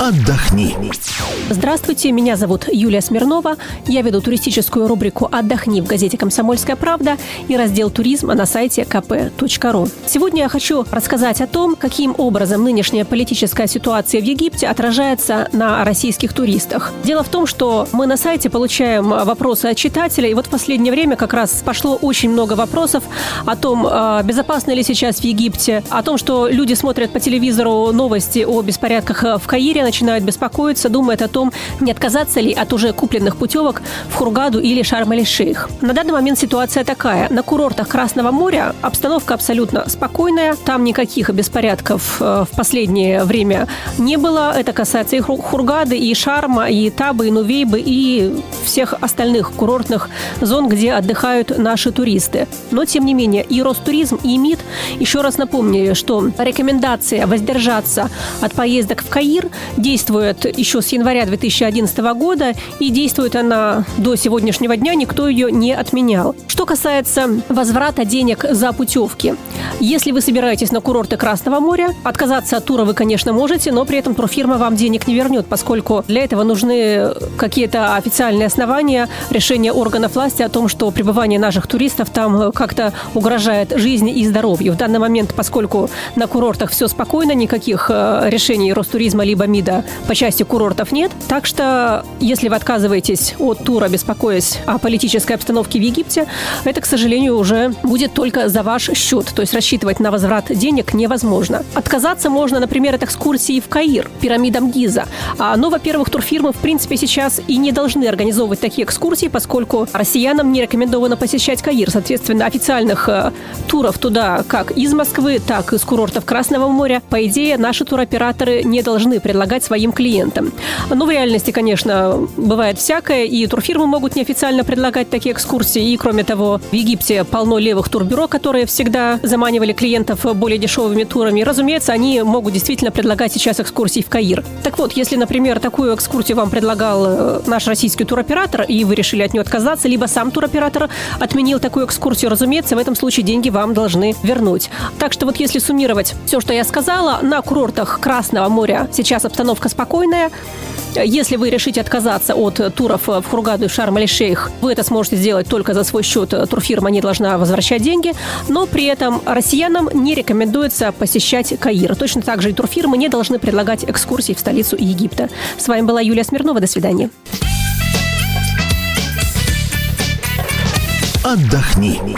Отдохни. Здравствуйте, меня зовут Юлия Смирнова. Я веду туристическую рубрику «Отдохни» в газете «Комсомольская правда» и раздел «Туризм» на сайте kp.ru. Сегодня я хочу рассказать о том, каким образом нынешняя политическая ситуация в Египте отражается на российских туристах. Дело в том, что мы на сайте получаем вопросы от читателей, и вот в последнее время как раз пошло очень много вопросов о том, безопасно ли сейчас в Египте, о том, что люди смотрят по телевизору новости о беспорядках в Каире, начинают беспокоиться, думают о том, не отказаться ли от уже купленных путевок в Хургаду или Шарм-эль-Шейх. На данный момент ситуация такая. На курортах Красного моря обстановка абсолютно спокойная. Там никаких беспорядков в последнее время не было. Это касается и Хургады, и Шарма, и Табы, и Нувейбы, и всех остальных курортных зон, где отдыхают наши туристы. Но, тем не менее, и Ростуризм, и МИД еще раз напомнили, что рекомендация воздержаться от поездок в Каир действует еще с января 2011 года, и действует она до сегодняшнего дня, никто ее не отменял. Что касается возврата денег за путевки. Если вы собираетесь на курорты Красного моря, отказаться от тура вы, конечно, можете, но при этом турфирма вам денег не вернет, поскольку для этого нужны какие-то официальные основания, решения органов власти о том, что пребывание наших туристов там как-то угрожает жизни и здоровью. В данный момент, поскольку на курортах все спокойно, никаких решений Ростуризма либо МИДа по части курортов нет. Так что, если вы отказываетесь от тура, беспокоясь о политической обстановке в Египте, это, к сожалению, уже будет только за ваш счет. То есть рассчитывать на возврат денег невозможно. Отказаться можно, например, от экскурсии в Каир, пирамидам Гиза. Но, во-первых, турфирмы, в принципе, сейчас и не должны организовывать такие экскурсии, поскольку россиянам не рекомендовано посещать Каир. Соответственно, официальных туров туда как из Москвы, так и с курортов Красного моря, по идее, наши туроператоры не должны предлагать своим клиентам. Но в реальности, конечно, бывает всякое, и турфирмы могут неофициально предлагать такие экскурсии. И, кроме того, в Египте полно левых турбюро, которые всегда заманивали клиентов более дешевыми турами. И, разумеется, они могут действительно предлагать сейчас экскурсии в Каир. Так вот, если, например, такую экскурсию вам предлагал наш российский туроператор, и вы решили от нее отказаться, либо сам туроператор отменил такую экскурсию, разумеется, в этом случае деньги вам должны вернуть. Так что вот если суммировать все, что я сказала, на курортах Красного моря сейчас обстановка спокойная. Если вы решите отказаться от туров в Хургаду и Шарм-эль-Шейх, вы это сможете сделать только за свой счет. Турфирма не должна возвращать деньги. Но при этом россиянам не рекомендуется посещать Каир. Точно так же и турфирмы не должны предлагать экскурсии в столицу Египта. С вами была Юлия Смирнова. До свидания. Отдохни.